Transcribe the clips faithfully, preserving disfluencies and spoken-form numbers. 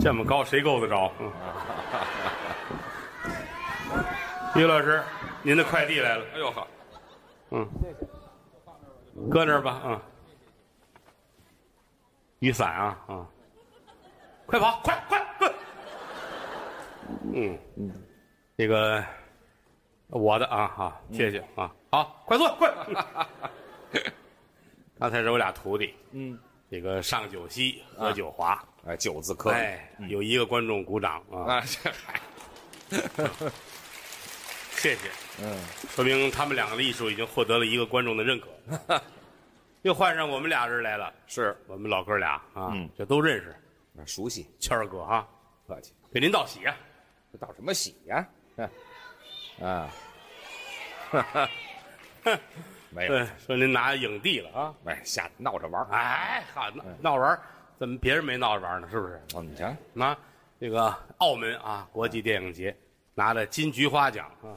这么高谁够得着？嗯。于老师，您的快递来了。 哎呦呵， 嗯，搁那儿吧。嗯。雨伞啊啊！快跑，快快快！嗯嗯，这个我的啊哈，谢谢啊，好，快坐快。刚才是我俩徒弟， 嗯， 这个上九溪何九华， 哎，九字科， 哎，有一个观众鼓掌啊， 啊，这还， 谢谢， 嗯， 说明他们两个的艺术已经获得了一个观众的认可。又换上我们俩人来了， 是我们老哥俩啊， 嗯， 这都认识， 熟悉， 谦儿哥啊， 客气， 给您道喜啊， 这道什么喜呀？啊，没有， 对，说您拿影帝了啊， 哎，瞎闹着玩儿， 哎，好闹闹着玩儿，怎么别人没闹着玩儿呢？是不是？ 哦，你瞧， 那这个澳门啊，国际电影节拿了金菊花奖啊，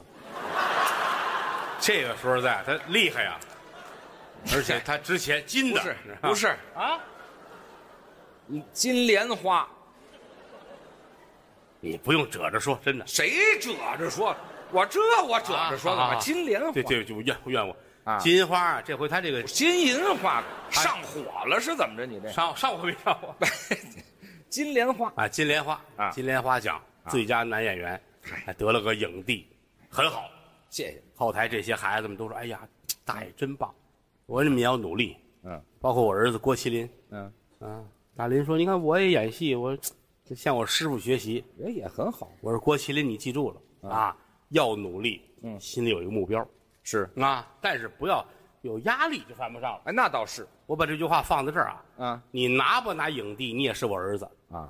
这个说实在，他厉害呀。而且他之前金的不是不是啊， 金莲花， 你不用褶着说，真的。 谁褶着说？我这我褶着说干嘛？金莲花， 对对，就怨怨我啊！ 金银花啊，这回他这个金银花上火了是怎么着？你这上上火没上火？ 金莲花啊，金莲花啊， 金莲花奖最佳男演员，还得了个影帝，很好。 谢谢。 后台这些孩子们都说：“哎呀，大爷真棒！”我说你们也要努力， 嗯， 包括我儿子郭麒麟， 嗯啊，大林说：“你看我也演戏，我向我师傅学习， 人也很好。” 我说：“郭麒麟，你记住了啊，要努力， 嗯， 心里有一个目标， 是啊，但是不要有压力就犯不上了。 哎，那倒是。 我把这句话放在这儿啊， 啊， 你拿不拿影帝，你也是我儿子啊。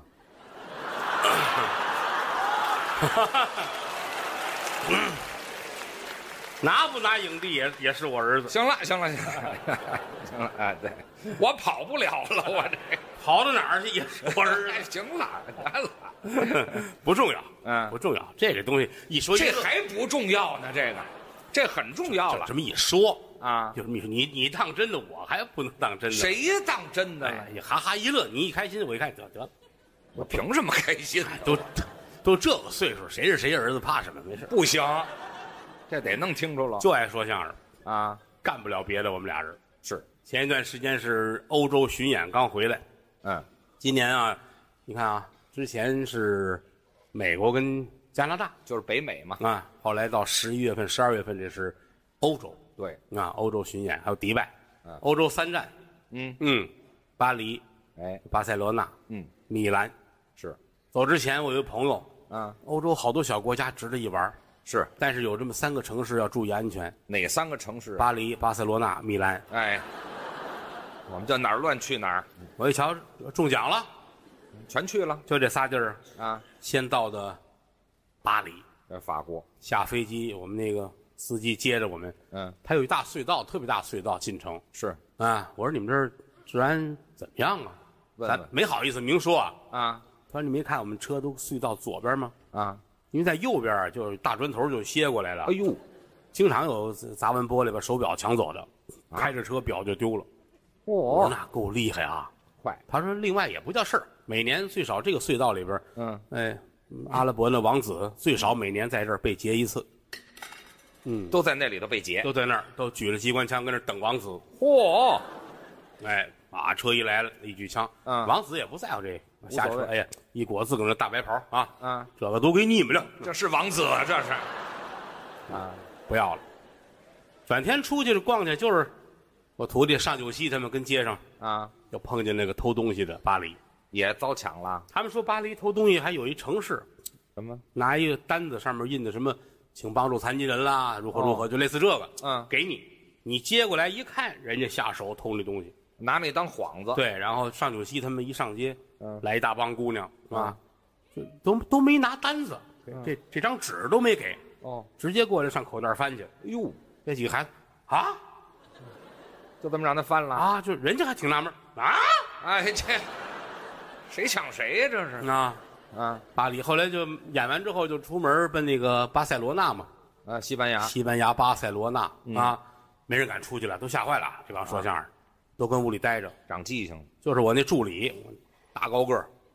拿不拿影帝也也是我儿子。 行了，行了，行了，行了，哎，对，我跑不了了，我这跑到哪儿去也是我儿子。 行了，完了， 不重要， 嗯， 不重要。这个东西一说， 这还不重要呢，这个，这很重要了。 这么一说啊， 就这么一说，你你当真的，我还不能当真的。 谁当真的了？ 哎，哈哈一乐，你一开心，我一看得得了， 我凭什么开心？ 都都这个岁数，谁是谁儿子，怕什么？没事， 不行。这得弄清楚了， 就爱说相声啊， 干不了别的。我们俩人是前一段时间是欧洲巡演刚回来， 嗯， 今年啊，你看啊，之前是美国跟加拿大， 就是北美嘛， 啊，后来到十一月份、十二月份这是欧洲， 对， 啊，欧洲巡演还有迪拜， 嗯， 欧洲三站， 嗯嗯，巴黎， 哎， 巴塞罗那， 嗯， 米兰， 是， 走之前我有一朋友， 啊， 欧洲好多小国家值得一玩。 是， 但是有这么三个城市要注意安全。 哪三个城市？ 巴黎、巴塞罗那、米兰。 哎，我们就哪儿乱去哪儿。 我一瞧中奖了， 全去了。 就这仨地儿啊。 先到的巴黎， 在法国下飞机，我们那个司机接着我们。 嗯。 他有一大隧道，特别大隧道进城。 是。 啊，我说你们这儿治安怎么样啊？ 问咱没好意思明说啊。 啊。 他说你没看我们车都隧道左边吗？ 啊。 因为在右边啊，就是大砖头就歇过来了。 哎呦， 经常有砸完玻璃把手表抢走的， 啊、 开着车表就丢了。 哦， 那够厉害啊！ 快， 他说另外也不叫事儿，每年最少这个隧道里边， 嗯， 哎，阿拉伯那王子最少每年在这儿被劫一次。嗯， 都在那里头被劫， 都在那儿，都举着机关枪跟那儿等王子。 嚯、哦， 哎，啊，车一来了，一举枪， 嗯， 王子也不在乎这个，下车，哎呀，一裹自个那大白袍啊， 嗯， 这个都给你们了， 这是王子，这是， 啊，不要了。转天出去逛去，就是我徒弟上九溪他们跟街上啊， 又碰见那个偷东西的巴黎， 也遭抢了。 他们说巴黎偷东西还有一城市， 什么？ 拿一个单子上面印的什么，请帮助残疾人啦，如何如何， 哦、 就类似这个， 嗯， 给你，你接过来一看，人家下手偷那东西。 拿那当幌子， 对，然后上九溪他们一上街， 嗯， 来一大帮姑娘啊，就都都没拿单子， 嗯、 这这张纸都没给， 哦， 直接过来上口袋翻去。 哎呦， 这几个孩子啊， 就这么让他翻了啊，就人家还挺纳闷啊， 哎，这谁抢谁呀？这是啊啊， 巴黎后来就演完之后就出门奔那个巴塞罗那嘛， 啊，西班牙， 西班牙巴塞罗那、 嗯、 啊，没人敢出去了，都吓坏了，这帮说相声。啊都跟屋里待着， 长记性。 就是我那助理，大高个儿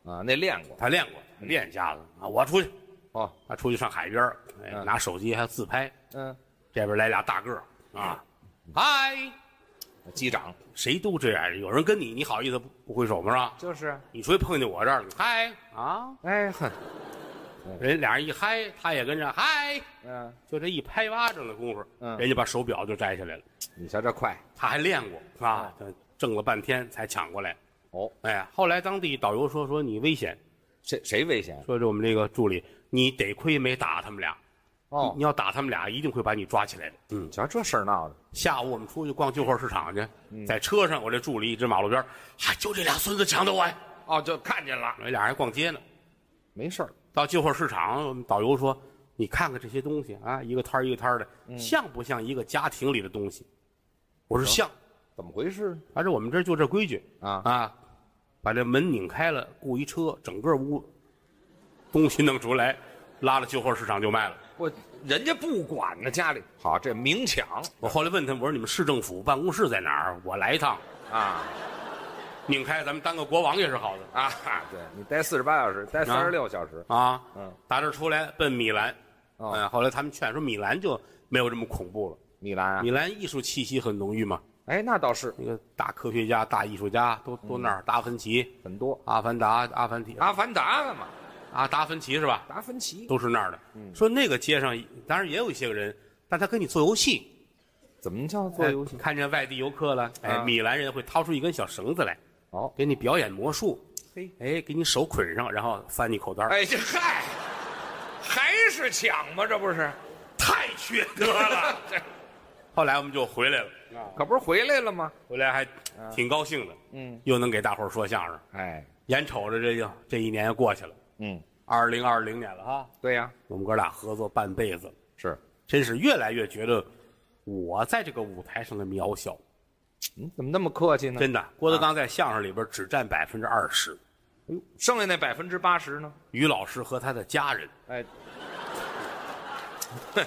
啊，那练过。 他练过，练家子啊，我出去， 哦， 他出去上海边儿哎， 嗯拿手机还自拍， 嗯， 这边来俩大个儿啊，嗨， 击掌谁都这样，有人跟你，你好意思不不挥手吗？是吧？ 就是。 你除非碰见我这儿了，嗨啊， 哎哼， 人俩人一嗨，他也跟着嗨， 嗯， 就这一拍巴掌的功夫， 嗯人家把手表就摘下来了。 你瞧这快。 他还练过，是吧？挣了半天才抢过来。 哦， 哎，后来当地导游说说你危险， 谁谁危险？ 说这我们这个助理，你得亏没打他们俩。 哦你，要打他们俩，一定会把你抓起来的。嗯， 瞧这事儿闹的。 下午我们出去逛旧货市场去，在车上，我这助理一直马路边，嗨，就这俩孙子抢的我呀。 哦，就看见了。 那俩人逛街呢， 没事儿。 到旧货市场，我们导游说，你看看这些东西啊，一个摊儿一个摊儿的，像不像一个家庭里的东西？我说像。 怎么回事？ 反正我们这儿就这规矩啊啊，把这门拧开了，雇一车，整个屋东西弄出来，拉到旧货市场就卖了。 我人家不管呢，家里好这明抢我后来问他们，我说你们市政府办公室在哪儿？我来一趟， 啊拧开咱们当个国王也是好的啊！对你待四十八小时，待三十六小时啊。 嗯， 打这儿出来奔米兰， 哦嗯，后来他们劝说米兰就没有这么恐怖了。 米兰啊米，兰艺术气息很浓郁嘛， 哎，那倒是那个大科学家、大艺术家都都那儿，达芬奇、 很多。 阿凡达、阿凡提、 阿凡达干嘛？ 啊，达芬奇是吧？ 达芬奇都是那儿的。说那个街上当然也有一些个人，但他跟你做游戏， 怎么叫做游戏哎？看见外地游客了，哎， 啊米兰人会掏出一根小绳子来， 哦， 给你表演魔术， 嘿， 哎，给你手捆上，然后翻你口袋儿， 哎，这嗨，还是抢吗？这不是？ 太缺德了。 这后来我们就回来了， 可不是回来了吗？ 回来还挺高兴的， 嗯， 又能给大伙儿说相声， 哎， 眼瞅着这就这一年过去了， 嗯， 二零二零年了哈， 对呀， 我们哥俩合作半辈子， 是， 真是越来越觉得我在这个舞台上的渺小。 你怎么那么客气呢？ 真的，郭德纲在相声里边只占百分之二十， 剩下那百分之八十呢？ 于老师和他的家人， 哎，对，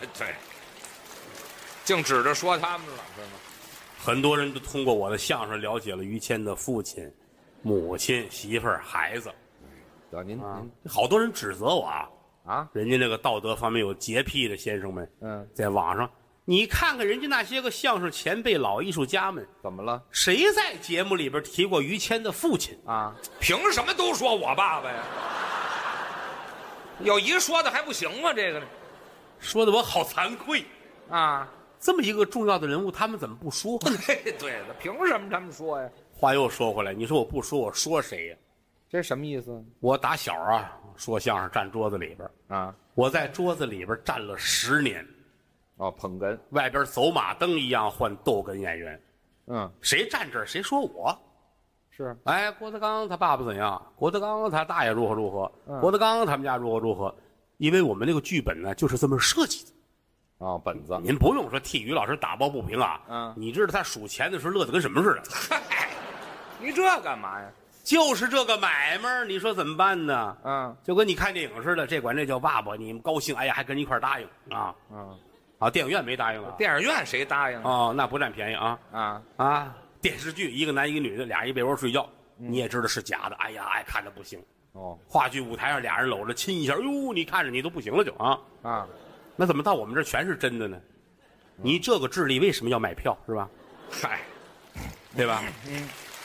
净指着说他们了，是吗？ 很多人都通过我的相声了解了于谦的父亲、母亲、媳妇儿、孩子。 得您啊您， 好多人指责我啊， 啊， 人家那个道德方面有洁癖的先生们， 嗯， 在网上，你看看人家那些个相声前辈、老艺术家们， 怎么了？ 谁在节目里边提过于谦的父亲？ 啊，凭什么都说我爸爸呀？有一说的还不行吗？这个呢？ 说的我好惭愧， 啊， 这么一个重要的人物，他们怎么不说呢？ 嘿，对的，凭什么他们说呀？ 话又说回来，你说我不说，我说谁呀？ 这什么意思？ 我打小啊说相声站桌子里边， 啊， 我在桌子里边站了十年， 哦，捧哏， 外边走马灯一样换逗哏演员， 嗯， 谁站这儿谁说我。 是， 哎，郭德纲他爸爸怎样？郭德纲他大爷如何如何？ 嗯郭德纲他们家如何如何？因为我们那个剧本呢就是这么设计的。 哦，本子， 您不用说替于老师打抱不平啊， 嗯你知道他数钱的时候乐得跟什么似的？ 嗨，你这干嘛呀？ 就是这个买卖，你说怎么办呢？ 嗯就跟你看电影似的，这管这叫爸爸，你们高兴，哎呀，还跟人一块儿答应啊嗯， 啊！电影院没答应啊？ 电影院谁答应啊？ 哦，那不占便宜啊啊， 啊！电视剧一个男一个女的，俩人一被窝睡觉，你也知道是假的，哎呀，爱看的不行。 哦， 话剧舞台上俩人搂着亲一下，哟，你看着你都不行了就啊！ 啊， 那怎么到我们这儿全是真的呢？你这个智力为什么要买票是吧？ 嗨， 对吧？ 嗯，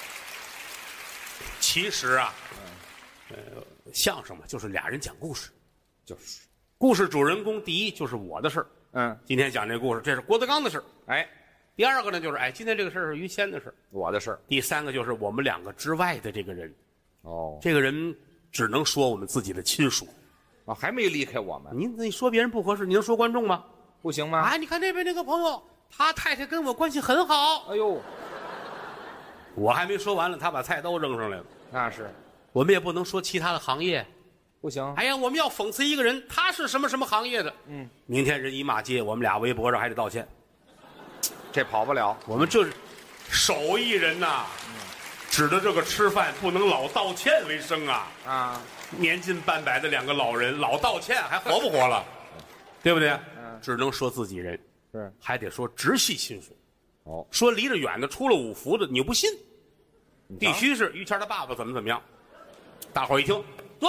其实啊，呃，相声嘛，就是俩人讲故事， 就是， 故事主人公第一就是我的事儿。 嗯， 今天讲这故事，这是郭德纲的事儿。 哎， 第二个呢，就是哎，今天这个事儿是于谦的事儿。 我的事儿。 第三个就是我们两个之外的这个人， 哦， 这个人只能说我们自己的亲属。 啊，还没离开我们， 你你说别人不合适，你能说观众吗？ 不行吗？ 哎，你看那边那个朋友，他太太跟我关系很好。 哎呦， 我还没说完了，他把菜刀扔上来了。 那是我们也不能说其他的行业。 不行。 哎呀，我们要讽刺一个人，他是什么什么行业的。 嗯， 明天人一骂街，我们俩微博上还得道歉。 这跑不了。 我们这是手艺人呐、指着这个吃饭不能老道歉为生啊！ 啊， 年近半百的两个老人，老道歉还活不活了？对不对？ 嗯， 只能说自己人， 是。 还得说直系亲属。 哦， 说离着远的，出了五福的，你又不信， 你瞧必须是于谦的爸爸怎么怎么样。 大伙儿一听，对，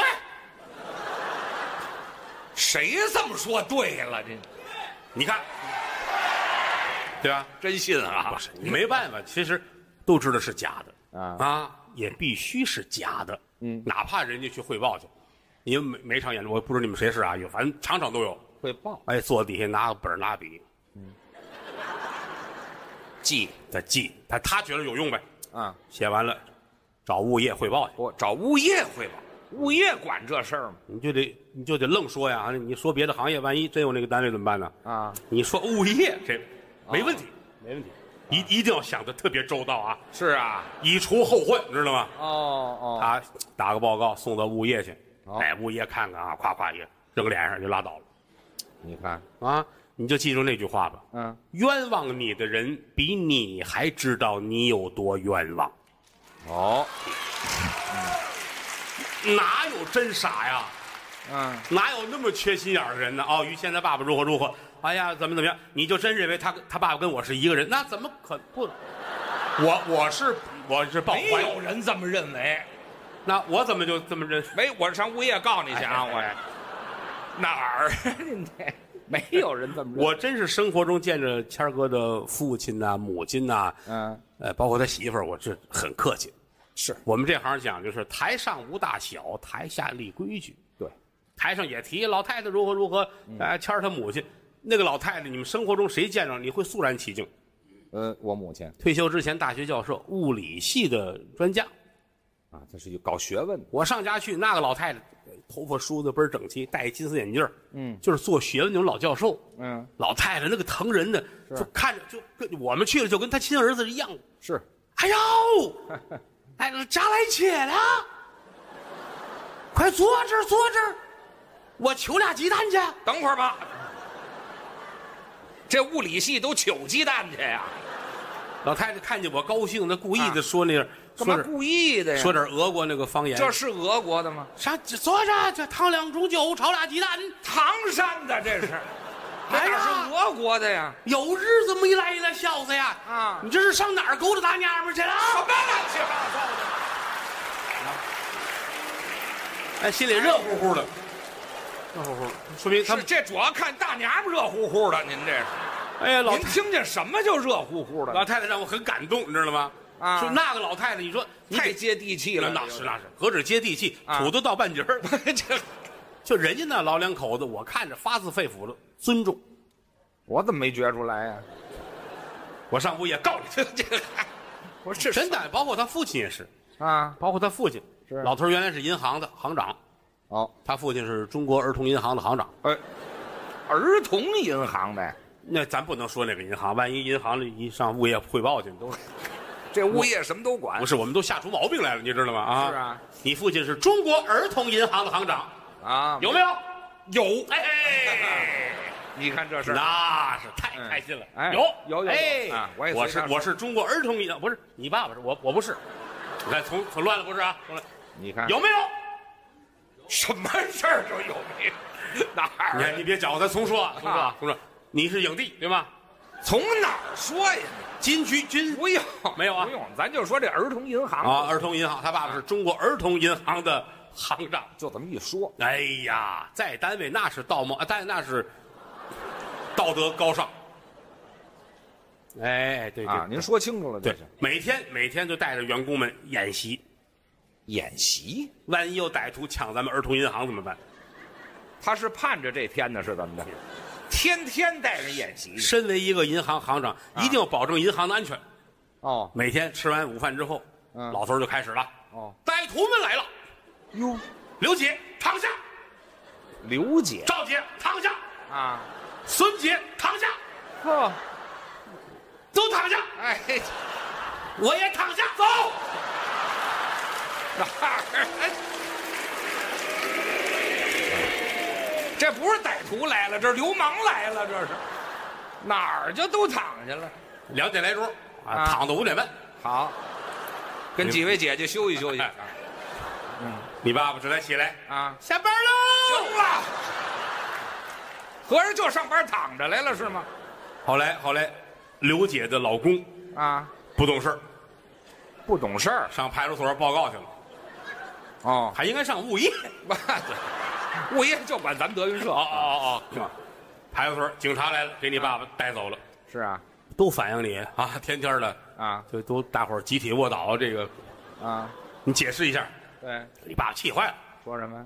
谁这么说对了？这你看，对吧？ 真信啊！ 不是，你没办法，其实都知道是假的啊啊，也必须是假的。嗯，哪怕人家去汇报去，因为每每场演出，我不知道你们谁是啊，有，反正场场都有汇报。 哎，坐底下拿个本拿笔，嗯， 记再记，他他觉得有用呗。 啊， 写完了，找物业汇报去。 我找物业汇报，物业管这事儿吗？ 你就得你就得愣说呀！你说别的行业，万一真有那个单位怎么办呢？ 啊， 你说物业这没问题，没问题，一一定要想的特别周到啊！ 是啊， 以除后患，知道吗？ 哦哦， 他打个报告送到物业去， 哦哎，物业看看啊，夸夸也扔脸上就拉倒了你看， 啊！你就记住那句话吧， 嗯， 冤枉你的人比你还知道你有多冤枉， 哦， 哪有真傻呀？ 嗯， 哪有那么缺心眼儿的人呢？哦，于谦他爸爸如何如何，哎呀，怎么怎么样？你就真认为他他爸爸跟我是一个人？那怎么可不？我我是我是抱没怀有人这么认为。 那我怎么就这么认？ 没，我上物业告你去啊！我哪儿？您这没有人这么认为。 我真是生活中见着谦儿哥的父亲呐、母亲呐， 嗯， 呃，包括他媳妇儿，我这很客气。 是我们这行讲就是台上无大小，台下立规矩。 对， 台上也提老太太如何如何，哎，谦儿他母亲那个老太太，你们生活中谁见着你会肃然起敬？ 呃，我母亲退休之前大学教授，物理系的专家。 啊，这是搞学问的。 我上家去，那个老太太头发梳的倍儿整齐，戴金丝眼镜， 嗯， 就是做学问那种老教授。 嗯， 老太太那个疼人的，就看着就跟我们去了，就跟他亲儿子一样。 是， 哎呦，哎，家来切了，快坐这儿坐这儿，我求俩鸡蛋去。 等会儿吧。这物理系都取鸡蛋去呀？ 老太太看见我高兴，她故意的说那样， 干嘛故意的呀？ 说点俄国那个方言。 这是俄国的吗？ 啥？坐着，这烫两盅酒，炒俩鸡蛋。 唐山的这是，这哪是俄国的呀？ 有日子没来了，小子呀！ 啊， 你这是上哪儿勾搭大娘们去了？ 什么乱七八糟的？ 哎，心里热乎乎的，热乎乎的，说明他们是这主要看大娘们热乎乎的，您这是。 哎呀，老您听见什么叫热乎乎的？ 老太太让我很感动，你知道吗？ 啊， 就那个老太太，你说你太接地气了。 那是那是，何止接地气， 啊土都到半截儿。 这， 就人家那老两口子，我看着发自肺腑的尊重。 我怎么没觉出来呀？ 我上物业告你去， 这个，我这真的，包括他父亲也是， 啊， 包括他父亲， 是老头儿原来是银行的行长， 哦， 他父亲是中国儿童银行的行长。 哎，儿童银行的。 那咱不能说那个银行，万一银行里一上物业汇报去，都这物业什么都管。 不是，我们都吓出毛病来了，你知道吗？啊， 是啊， 你父亲是中国儿童银行的行长， 啊， 有没有？ 有， 哎， 你看这事儿， 那是太开心了。 哎有有有哎啊我也我是随他说我是中国儿童银行，不是你爸爸是我我不是，你看从从乱了不是啊？从乱你看有没有？ 什么事儿都有没有？哪儿？ 你看你别搅和，咱重说啊，重说啊，重说。你是影帝对吗？ 从哪儿说呀？ 金曲金不用， 没有啊不用，咱就说这儿童银行啊，儿童银行，他爸爸是中国儿童银行的行长。 就这么一说。 哎呀，在单位那是道貌，但那是道德高尚。哎，对对啊，您说清楚了，这对是， 每天每天就带着员工们演习， 演习。 万一有歹徒抢咱们儿童银行怎么办？ 他是盼着这天呢，是怎么的？天天带人演习。 身为一个银行行长，一定要保证银行的安全。 哦每天吃完午饭之后， 嗯老头儿就开始了。 哦， 歹徒们来了， 哟， 刘姐躺下， 刘姐赵姐躺下， 啊， 孙姐躺下， 呵， 都躺下， 哎， 我也躺下，走。 哪儿？这不是歹徒来了，这是流氓来了，这是哪儿就都躺下了。 两点来钟啊， 啊躺到五点半。 好，跟几位姐姐休息休息。 哎你爸爸这才起来啊， 下班喽。 行了，合着就上班躺着来了是吗？ 后来后来，刘姐的老公啊， 不懂事儿， 不懂事儿。 上派出所报告去了。 哦， 还应该上物业。 物业就管咱们德云社。 哦哦哦哦，派出所警察来了，给你爸爸带走了。 是啊， 都反映你啊，天天的啊， 就都大伙儿集体卧倒，这个啊， 你解释一下。 对， 你爸气坏了， 说什么？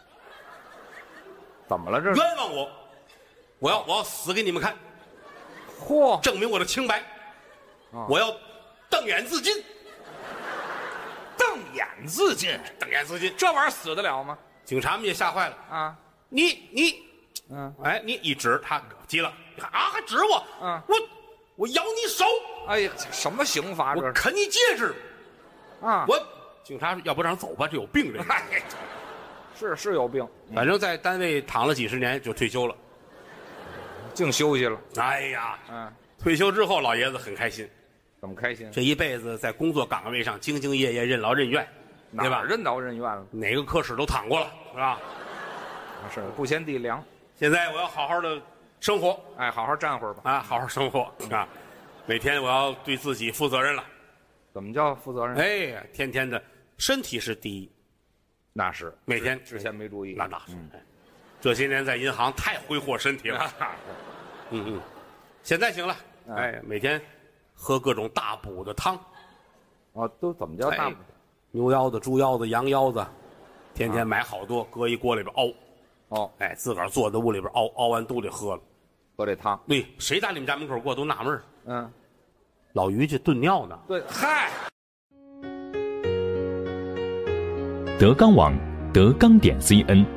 怎么了这是？ 冤枉我，我要我要死给你们看， 嚯， 证明我的清白。 哦我要瞪眼自尽， 瞪眼自尽， 瞪眼自尽。 这玩意儿死得了吗？ 警察们也吓坏了。 啊， 你你， 嗯， 哎，你一指他急了，啊，还指我， 嗯， 我我咬你手， 哎呀，什么刑罚这是？ 我啃你戒指， 啊， 我警察说要不让走吧，这有病这个。 哎，是是有病， 反正在单位躺了几十年就退休了。 净休息了。 哎呀， 嗯， 退休之后老爷子很开心， 怎么开心？ 这一辈子在工作岗位上兢兢业业、任劳任怨，对吧？ 哪儿任劳任怨了？ 哪个科室都躺过了，是吧？ 是不嫌地凉。 现在我要好好的生活哎，好好站会儿吧。 啊，好好生活啊！每天我要对自己负责任了。 怎么叫负责任？ 哎呀，天天的身体是第一， 那是每天之前没注意。 那那是。哎这些年在银行太挥霍身体了。嗯嗯，现在行了。哎，每天喝各种大补的汤。 哦，都怎么叫大哎？牛腰子、猪腰子、羊腰子，天天买好多，搁一锅里边熬。 哦， 哎，自个儿坐在屋里边熬，熬完都得喝了。 喝这汤。 对，谁在你们家门口过都纳闷儿， 嗯， 老于去炖尿呢。 对，嗨， 德纲网，德纲点 C N。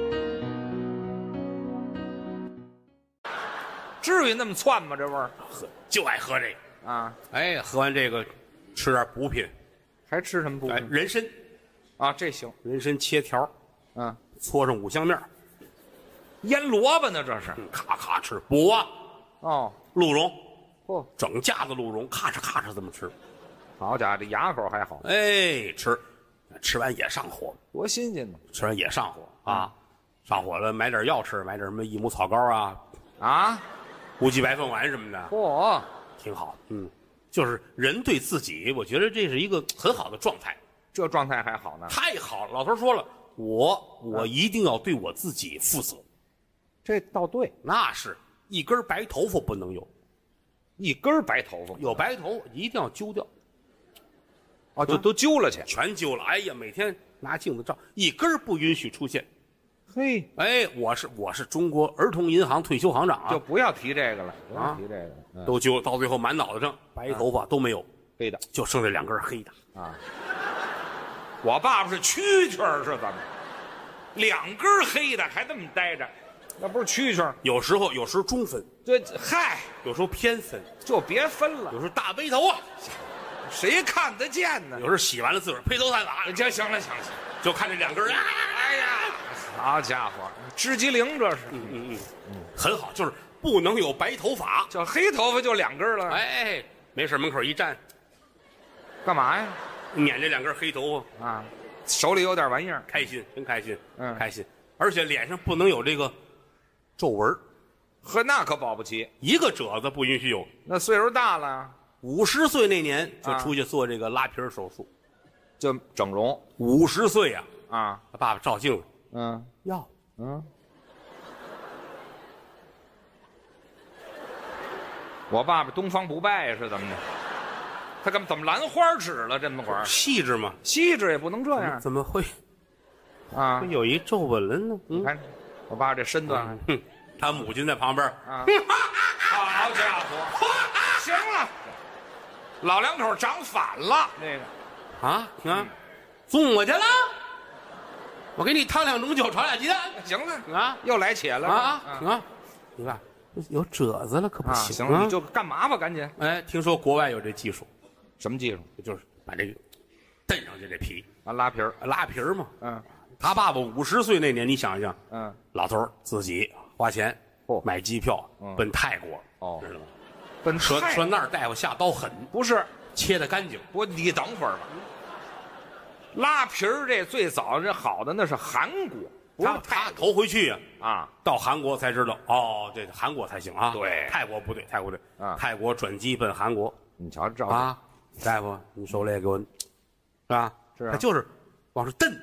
至于那么窜吗？这味儿喝就爱喝这个。 啊， 哎，喝完这个，吃点补品。 还吃什么补哎， 品？ 人参， 啊，这行。 人参切条， 嗯， 搓上五香面， 腌萝卜呢，这是。 嗯咔咔吃。补啊， 哦， 鹿茸， 嚯， 整架子鹿茸，咔哧咔哧这么吃。 好家伙，这牙口还好， 哎，吃，吃完也上火， 多新鲜呢！ 吃完也上火啊，上火了买点药吃，买点什么益母草膏啊， 啊， 乌鸡白凤丸什么的， 嚯， 挺好。嗯，就是人对自己，我觉得这是一个很好的状态， 这状态还好呢。 太好了。老头说了，我我一定要对我自己负责， 这倒对， 那是一根白头发不能有， 一根白头发有白头发一定要揪掉， 哦，就都揪了去。 全揪了。哎呀，每天拿镜子照，一根儿不允许出现。 嘿， 哎，我是我是中国儿童银行退休行长啊， 就不要提这个了，不要啊提这个了，嗯都揪，到最后满脑袋上白头发都没有， 黑的就剩下两根黑的。 啊。我爸爸是蛐蛐儿是怎么？两根黑的还这么待着，那不是蛐蛐儿？ 有时候有时候中分， 这嗨， 有时候偏分， 就别分了有，时候大背头啊， 谁看得见呢有？时候洗完了自个儿披头散发， 这行了行了， 就看这两根儿啊， 哎呀，好家伙，知机灵这是， 嗯嗯嗯，很好，就是不能有白头发。 这黑头发就两根了， 哎，没事门口一站， 干嘛呀？ 捻这两根黑头发， 啊，手里有点玩意儿， 开心，真开心， 嗯开心。而且脸上不能有这个皱纹儿， 呵，那可保不齐。 一个褶子不允许有。 那岁数大了， 五十岁那年就啊出去做这个拉皮儿手术。 就整容五十岁呀， 啊， 他爸爸照镜子， 嗯哟， 嗯。我爸爸东方不败是怎么的？他干怎么兰花指了这么会儿？ 细致嘛， 细致也不能这样怎么会啊会！有一皱纹了呢？嗯， 你看，我爸这身段哼，他母亲在旁边， 啊，好家伙，行了，老两口长反了，这个啊啊，送我去了，我给你烫两种酒，炒俩鸡蛋行了啊又来且了啊啊！你看有褶子了，可不啊！ 行行了，你就干嘛吧，赶紧。 哎，听说国外有这技术， 什么技术就是把这个蹬上去这皮啊？拉皮儿， 拉皮儿嘛。 嗯他爸爸五十岁那年，你想想， 嗯， 老头儿自己花钱嚯买机票嗯奔泰国， 哦知道吗？ 奔说泰说那儿大夫下刀狠， 不是切得干净。 我，你等会儿吧。拉皮儿这最早这好的那是韩国，不是他泰他头回去呀、 啊。 到韩国才知道，哦，这韩国才行啊。 对泰国不对，泰国对， 啊泰国转机奔韩国你瞧这啊。大夫，你手里给我，是吧？ 是啊他就是往上蹬，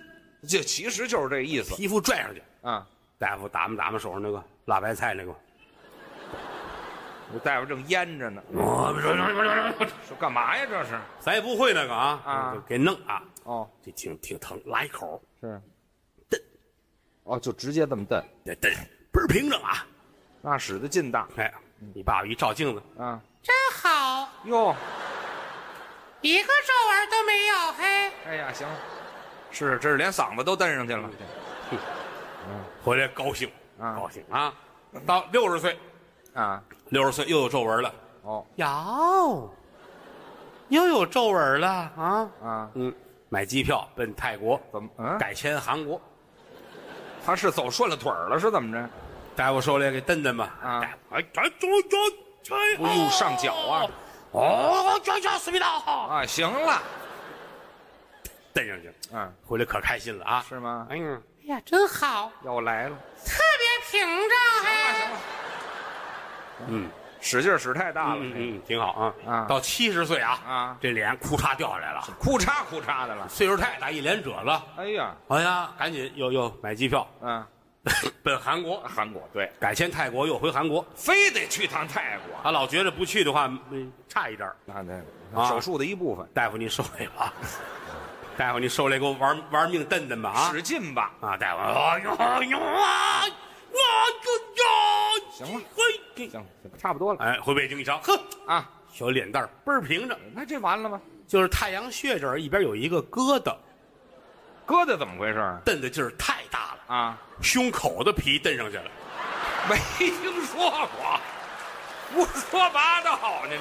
这其实就是这意思皮肤拽上去。 啊。 大夫打磨打磨手上那个辣白菜那个， 这大夫正腌着呢， 我说干嘛呀？这是咱也不会那个啊， 啊给弄啊， 哦， 这挺挺疼，拉一口， 是蹬， 哦，就直接这么蹬， 这蹬倍儿平整啊。 那使的劲大哎，你爸爸一照镜子， 啊。 真好， 哟， 一个皱纹都没有，嘿。 哎呀，行了，是，这是连嗓子都蹬上去了。 回来高兴， 啊高兴啊！到六十岁， 啊， 六十岁又有皱纹了， 哦， 哟，又有皱纹了啊！ 啊， 嗯，买机票奔泰国， 怎么？嗯， 改签韩国。 他是走顺了腿儿了，是怎么着？ 大夫手里给蹬蹬吧。 啊大夫哎，这这这这， 不用上脚啊！ 哦，这这思密达好， 啊，行了， 蹬上去， 嗯， 回来可开心了啊！ 是吗？ 哎呀，哎呀，真好， 要来了， 特别平整，哎， 行了， 嗯。 使劲使太大了， 嗯嗯，挺好啊。 啊到七十岁啊， 啊这脸裤衩掉下来了， 裤衩裤衩的了。 岁数太大，一脸褶子。 哎呀， 哎呀，赶紧又又买机票， 嗯， 奔韩国， 韩国对， 改签泰国，又回韩国。 非得去趟泰国， 他老觉得不去的话，嗯差一点儿。 那那啊手术的一部分， 大夫，你受累吧。大夫，你受累，给我玩玩命蹬蹬吧啊！ 使劲吧。 啊，大夫，哎呦哎呦啊！我这呀， 行了嘿， 行，差不多了哎，回北京一瞧，呵， 啊。 小脸蛋儿倍儿平整， 那这完了吗？ 就是太阳穴这儿一边有一个疙瘩， 疙瘩怎么回事蹬的劲儿太大了， 啊？ 胸口的皮蹬上去了。 没听说过，胡说八道，您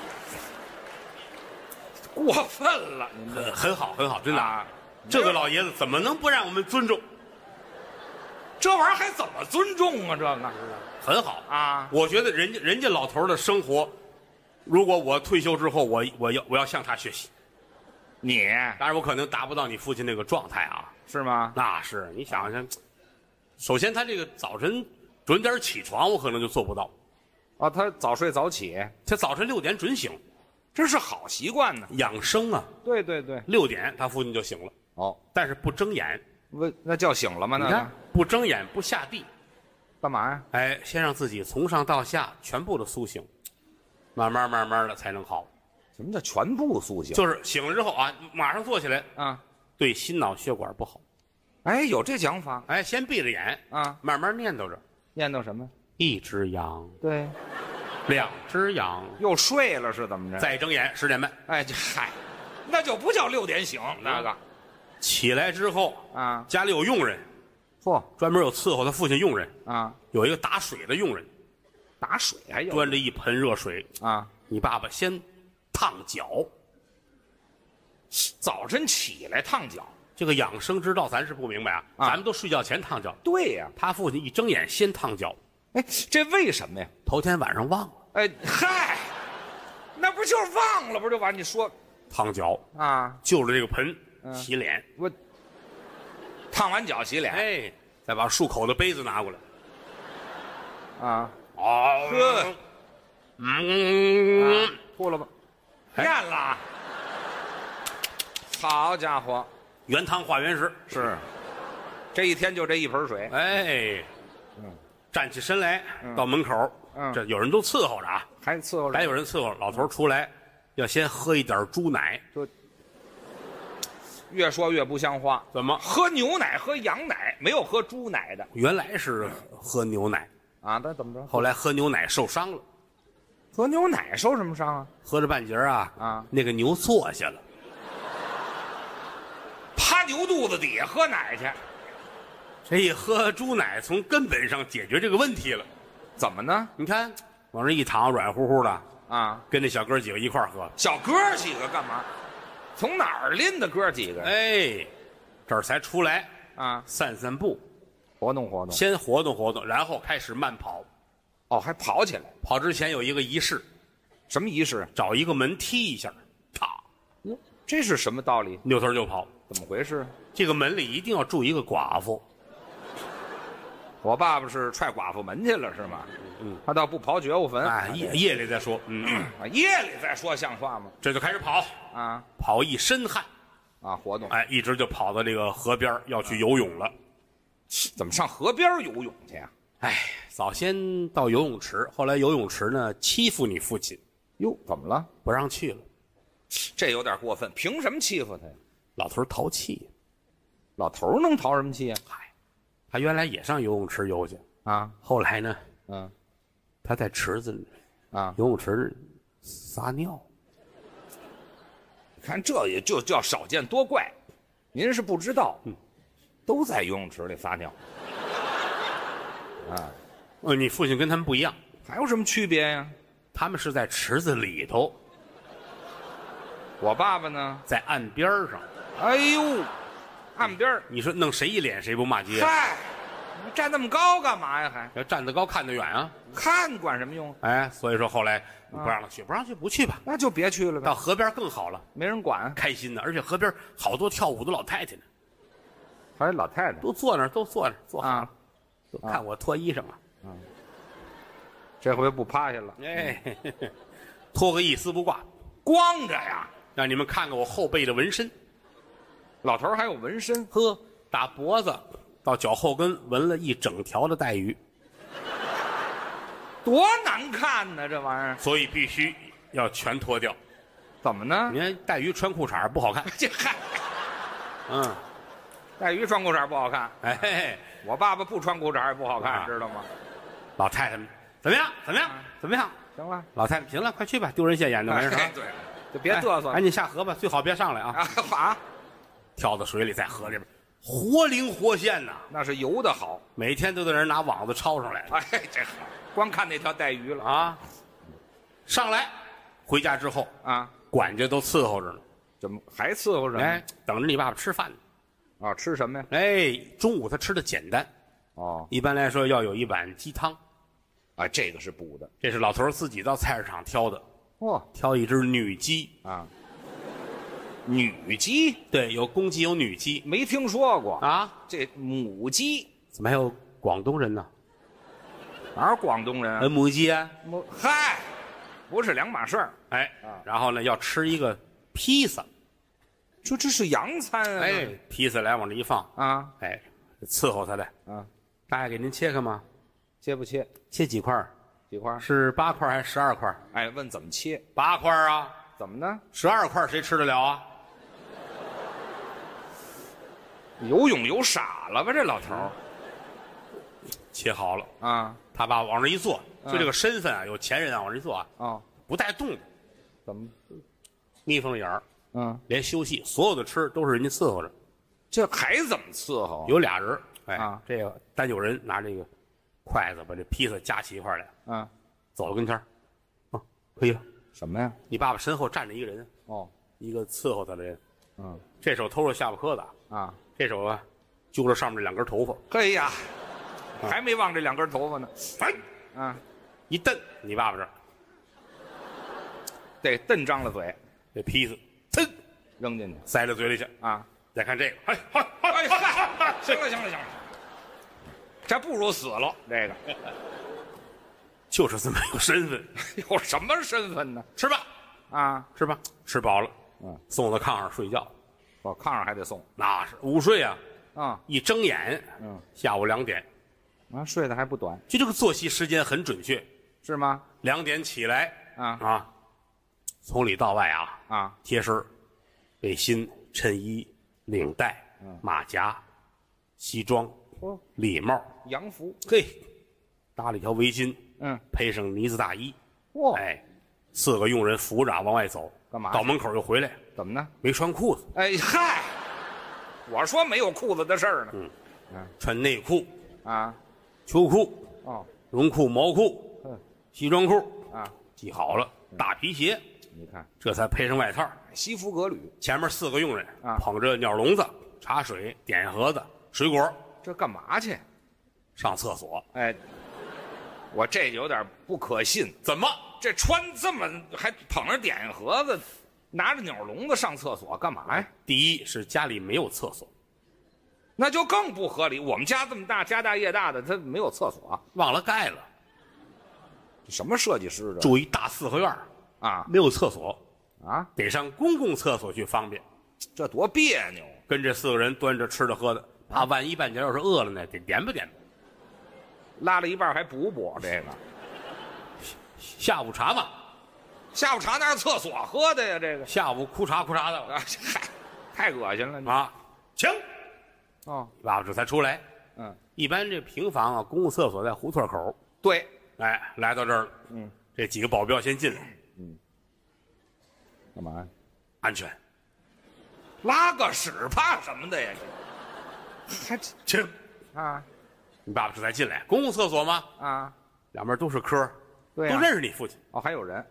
这过分了，您这很很好，很好，真的。 啊， 这个老爷子怎么能不让我们尊重？ 这玩意儿还怎么尊重啊？这个很好啊， 我觉得人家人家老头儿的生活，如果我退休之后，我我要我要向他学习。 你当然，我可能达不到你父亲那个状态啊。 是吗？ 那是你想想，首先他这个早晨准点起床，我可能就做不到。 啊，他早睡早起， 他早晨六点准醒， 这是好习惯呢。 养生啊。 对对对， 六点他父亲就醒了， 哦， 但是不睁眼。 不，那叫醒了吗？那你看个， 不睁眼不下地， 干嘛呀？ 哎，先让自己从上到下全部的苏醒，慢慢慢慢的才能好。 什么叫全部苏醒？ 就是醒了之后啊，马上坐起来， 啊， 对心脑血管不好。 哎，有这讲法哎，先闭着眼啊？ 慢慢念叨着， 念叨什么？ 一只羊， 对， 两只羊， 又睡了是怎么着？ 再睁眼十点半。 哎，这嗨，那就不叫六点醒，那个起来之后， 啊， 家里有佣人， 嚯专门有伺候他父亲佣人， 啊， 有一个打水的佣人， 打水还有端着一盆热水， 啊， 你爸爸先烫脚。 早晨起来烫脚。 这个养生之道咱是不明白啊， 啊咱们都睡觉前烫脚， 对呀、 他父亲一睁眼先烫脚， 哎，这为什么呀？ 头天晚上忘了哎，嗨，那不就是忘了，不就完？你说烫脚， 啊， 就着这个盆嗯洗脸， 我烫完脚洗脸， 哎，再把漱口的杯子拿过来， 啊， 哦， 呵， 嗯， 吐了吧？ 哎咽了。好家伙， 原汤化原食， 是，这一天就这一盆水， 哎， 嗯， 站起身来嗯到门口， 嗯这有人都伺候着啊， 还伺候着还有人伺候，老头出来要先喝一点猪奶， 越说越不像话。 怎么？ 喝牛奶、喝羊奶，没有喝猪奶的原来是喝牛奶， 啊？那怎么着？ 后来喝牛奶受伤了， 喝牛奶受什么伤啊？ 喝着半截儿啊， 啊， 那个牛坐下了， 趴牛肚子底下喝奶去， 这一喝猪奶，从根本上解决这个问题了。 怎么呢？ 你看，往这一躺，软乎乎的， 啊， 跟那小哥几个一块儿喝， 小哥几个干嘛？从哪儿拎的哥几个？ 哎，这儿才出来啊， 散散步， 活动活动。 先活动活动，然后开始慢跑。 哦，还跑起来？ 跑之前有一个仪式， 什么仪式？ 找一个门踢一下，啪， 这是什么道理？ 扭头就跑。 怎么回事？ 这个门里一定要住一个寡妇， 我爸爸是踹寡妇门去了是吗？ 嗯， 他倒不刨觉悟坟。 哎，夜夜里再说。嗯， 啊，夜里再说像话吗？ 这就开始跑， 啊， 跑一身汗， 啊，活动。 哎，一直就跑到这个河边儿要去游泳了。 怎么上河边游泳去呀？ 哎，早先到游泳池，后来游泳池呢欺负你父亲， 哟，怎么了？ 不让去了。 这有点过分，凭什么欺负他呀？ 老头儿淘气， 老头儿能淘什么气呀？ 嗨，他原来也上游泳池游去， 啊， 后来呢， 嗯， 他在池子里啊， 游泳池撒尿。 看这也就叫少见多怪，您是不知道， 嗯， 都在游泳池里撒尿。啊， 呃，你父亲跟他们不一样， 还有什么区别呀？ 他们是在池子里头， 我爸爸呢？ 在岸边上。 哎呦，岸边儿你说弄谁一脸谁不骂街？ 嗨，你站那么高干嘛呀？还要站得高看得远啊！ 看管什么用？ 哎，所以说后来不让他去，不让去不去吧。 那就别去了呗， 到河边更好了， 没人管， 开心的，而且河边好多跳舞的老太太呢， 还有老太太都坐那儿，都坐那儿，坐好了啊， 都看我脱衣裳了。 这回不趴下了， 哎，嘿嘿脱个一丝不挂， 光着呀。 让你们看看我后背的纹身。 老头儿还有纹身， 呵，打脖子到脚后跟纹了一整条的带鱼， 多难看呢，这玩意儿。 所以必须要全脱掉。 怎么呢？ 你看带鱼穿裤衩不好看。 这嗨， 嗯， 带鱼穿裤衩不好看， 哎嘿嘿， 我爸爸不穿裤衩也不好看， 啊知道吗？ 老太太们怎么样？怎么样？怎么样？ 行了， 老太太，行了，快去吧，丢人现眼的，没事啊。 哎对，就别嘚瑟了赶紧下河吧，最好别上来啊！ 啊！啊， 跳到水里，在河里边活灵活现呐， 那是游的好， 每天都有人拿网子抄上来了哎，这好，光看那条带鱼了啊！上来，回家之后， 啊？ 管家都伺候着呢， 怎么还伺候着呢？ 哎，等着你爸爸吃饭呢。 啊，吃什么呀？ 哎，中午他吃的简单， 哦， 一般来说要有一碗鸡汤， 啊，这个是补的。 这是老头儿自己到菜市场挑的， 嚯挑一只女鸡， 啊，女鸡对，有公鸡有女鸡没听说过， 啊， 这母鸡怎么还有广东人呢？ 哪儿广东人啊？ 呃，母鸡啊， 母嗨，不是两码事儿。 哎啊， 然后呢要吃一个披萨， 这这是洋餐啊！ 哎，披萨来往这一放， 啊哎，伺候他的， 啊， 大爷给您切开吗？ 切不切？ 切几块儿？ 几块儿？ 是八块还是十二块？ 哎，问怎么切？ 八块啊， 怎么呢？ 十二块谁吃得了啊？ 游泳游傻了吧？这老头儿切好了， 啊他爸往这一坐， 嗯就这个身份啊，有钱人啊，往这一坐啊， 哦， 不带动的， 怎么？ 眯缝眼儿， 嗯， 连休息，所有的吃都是人家伺候着。 这还怎么伺候？ 有俩人，哎， 啊这个单有人拿这个筷子把这披萨夹起一块来， 啊？ 走到跟前儿，啊，可以了。 什么呀？ 你爸爸身后站着一个人， 哦， 一个伺候他的人， 嗯这手偷着下巴磕子， 啊， 这手啊揪着上面这两根头发， 嘿呀，还没忘这两根头发呢。 哎， 啊， 一蹬你爸爸这儿， 得瞪张了嘴， 这披萨，噌扔进去塞到嘴里去。 啊！ 再看这个，哎，嗨，嗨哎嗨，行了行了行了，这不如死了。这个就是这么有身份， 有什么身份呢？ 吃吧， 啊， 吃吧，吃饱了， 嗯， 送到炕上睡觉， 我炕上还得送那是午睡啊， 啊， 一睁眼， 嗯， 下午两点， 啊，睡得还不短就这个作息时间很准确， 是吗？ 两点起来啊啊，从里到外啊， 啊， 贴身儿背心、衬衣、领带、马甲、西装、 哦， 礼帽， 洋服， 嘿，搭了一条围巾， 嗯， 配上呢子大衣， 哇， 哎，四个佣人扶着往外走， 干嘛到门口又回来， 怎么呢？ 没穿裤子， 哎嗨，我说没有裤子的事儿呢。 嗯穿内裤、 啊， 秋裤、 哦， 绒裤、毛裤、 嗯西装裤， 啊， 系好了，大皮鞋， 你看这才配上外套。 西服革履， 前面四个佣人啊捧着鸟笼子、茶水、点心盒子、水果这干嘛去？ 上厕所。 哎，我这有点不可信， 怎么？ 这穿这么还捧着点心盒子，拿着鸟笼子上厕所干嘛呀？ 第一是家里没有厕所， 那就更不合理。我们家这么大，家大业大的，他没有厕所， 忘了盖了。 这什么设计师这住一大四合院儿啊没有厕所， 啊？ 得上公共厕所去方便。 这多别扭。 跟这四个人端着吃的喝的，怕万一半截要是饿了呢，得点吧点吧。 拉了一半还补补这个。 下午茶嘛， 下午茶那是厕所喝的呀，这个下午哭茶哭茶的啊，嗨，太恶心了你啊，请。 哦， 你爸爸这才出来。 嗯， 一般这平房啊，公共厕所在胡同口。 对， 哎，来到这儿了。 嗯， 这几个保镖先进来。 干嘛呀？ 安全。 拉个屎怕什么的呀？还请。 啊你爸爸这才进来，公共厕所吗？ 啊， 两边都是科， 对呀都认识你父亲。 哦，还有人，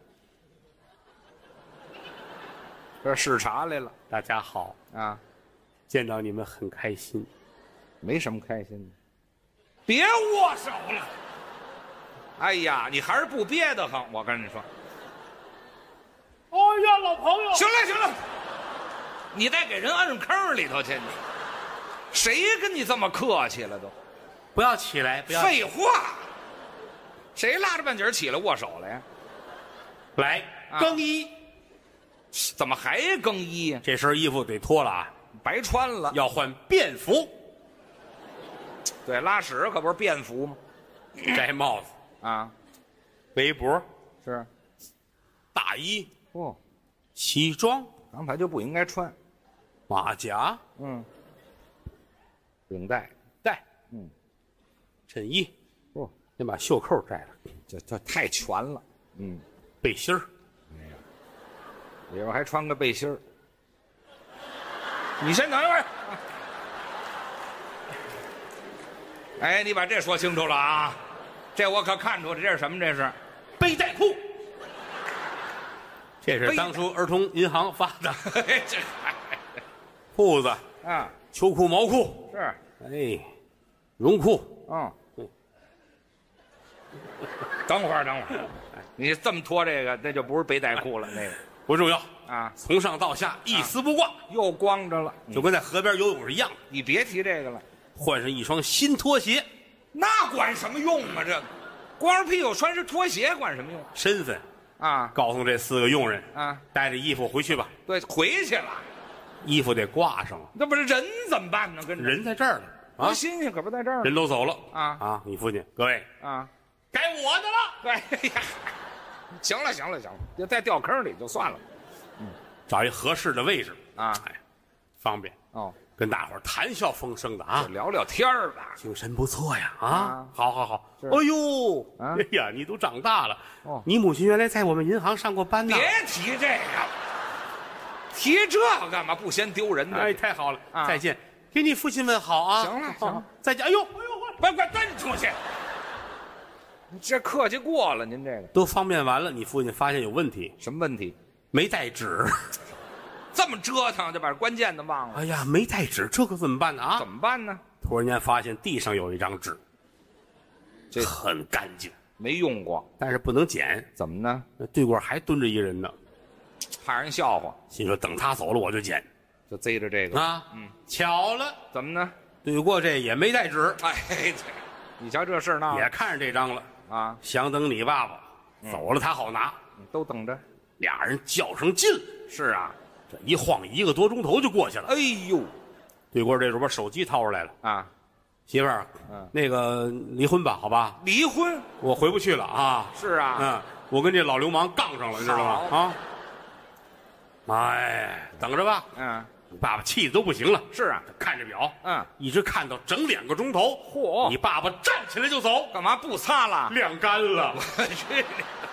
这视察来了大家好， 啊， 见到你们很开心。 没什么开心的，别握手了。哎呀，你还是不憋得慌，我跟你说。 哎呀，老朋友， 行了行了，你再给人摁坑里头去，你谁跟你这么客气了都？ 不要起来，不要废话，谁拉着半截起来握手了呀？ 来啊更衣。 怎么还更衣呀？ 这身衣服得脱了啊， 白穿了。 要换便服。 对，拉屎可不是便服吗？ 摘帽子、 啊， 围脖、 是。 大衣、 哦， 西装、 刚才就不应该穿。 马甲、 嗯，领带。 带、 嗯， 衬衣， 哦， 先把袖扣摘了， 这这太全了。嗯， 背心儿。 里边还穿个背心儿。你先等一会儿。哎，你把这说清楚了啊！这我可看出来，这是什么？这是背带裤。这是背带当初儿童银行发的这裤子、 啊， 秋裤、毛裤， 是， 哎，绒裤。 嗯嗯。 等会儿，等会儿，你这么脱这个，那就不是背带裤了，那个不重要啊， 从上到下一丝不挂， 又光着了。 就跟在河边游泳是一样的。 你别提这个了， 换上一双新拖鞋， 那管什么用啊？这个光着屁股穿是拖鞋，管什么用身份啊？ 告诉这四个佣人啊， 带着衣服回去吧。 对，回去了， 衣服得挂上， 那不是人怎么办呢？跟着人在这儿呢啊， 多新鲜，可不在这儿呢人都走了啊啊！你父亲，各位， 啊！ 该我的了。 对呀，行了，行了，行了，就再掉坑里就算了找一合适的位置啊， 哎，方便哦， 跟大伙儿谈笑风生的啊就。聊聊天儿吧。 精神不错呀啊啊！ 好好好， 是哎呦， 啊哎呀，你都长大了哦你母亲原来在我们银行上过班呢。 别提这个，提这个干嘛？不嫌丢人的。 哎，太好了， 啊再见，给你父亲问好啊。 行了好行了再见。哎呦，哎呦， 快快蹬出去！你这客气过了，您这个都方便完了，你父亲发现有问题， 什么问题？ 没带纸。 这么折腾就把关键的忘了， 哎呀，没带纸，这可怎么办呢？啊怎！么办呢？ 突然间发现地上有一张纸， 这很干净， 没用过， 但是不能捡。 怎么呢？ 那对过还蹲着一人呢， 怕人笑话， 心说等他走了我就捡就贼着这个。 啊。 嗯， 巧了， 怎么呢？ 对过这也没带纸， 哎，这你瞧这事儿闹的也看上这张了， 啊， 想等你爸爸走了他好拿。 都等着。 俩人较上劲了， 是啊， 这一晃一个多钟头就过去了。 哎呦对过这时候把手机掏出来了， 啊， 媳妇儿， 嗯那个离婚吧，好吧， 离婚我回不去了啊。 是啊， 嗯，我跟这老流氓杠上了，你知道吗？ 好啊，哎，等着吧。 嗯， 你爸爸气的都不行了， 是啊， 看着表， 嗯， 一直看到整两个钟头。 嚯你爸爸站起来就走， 干嘛不擦了？ 晾干了。 我去。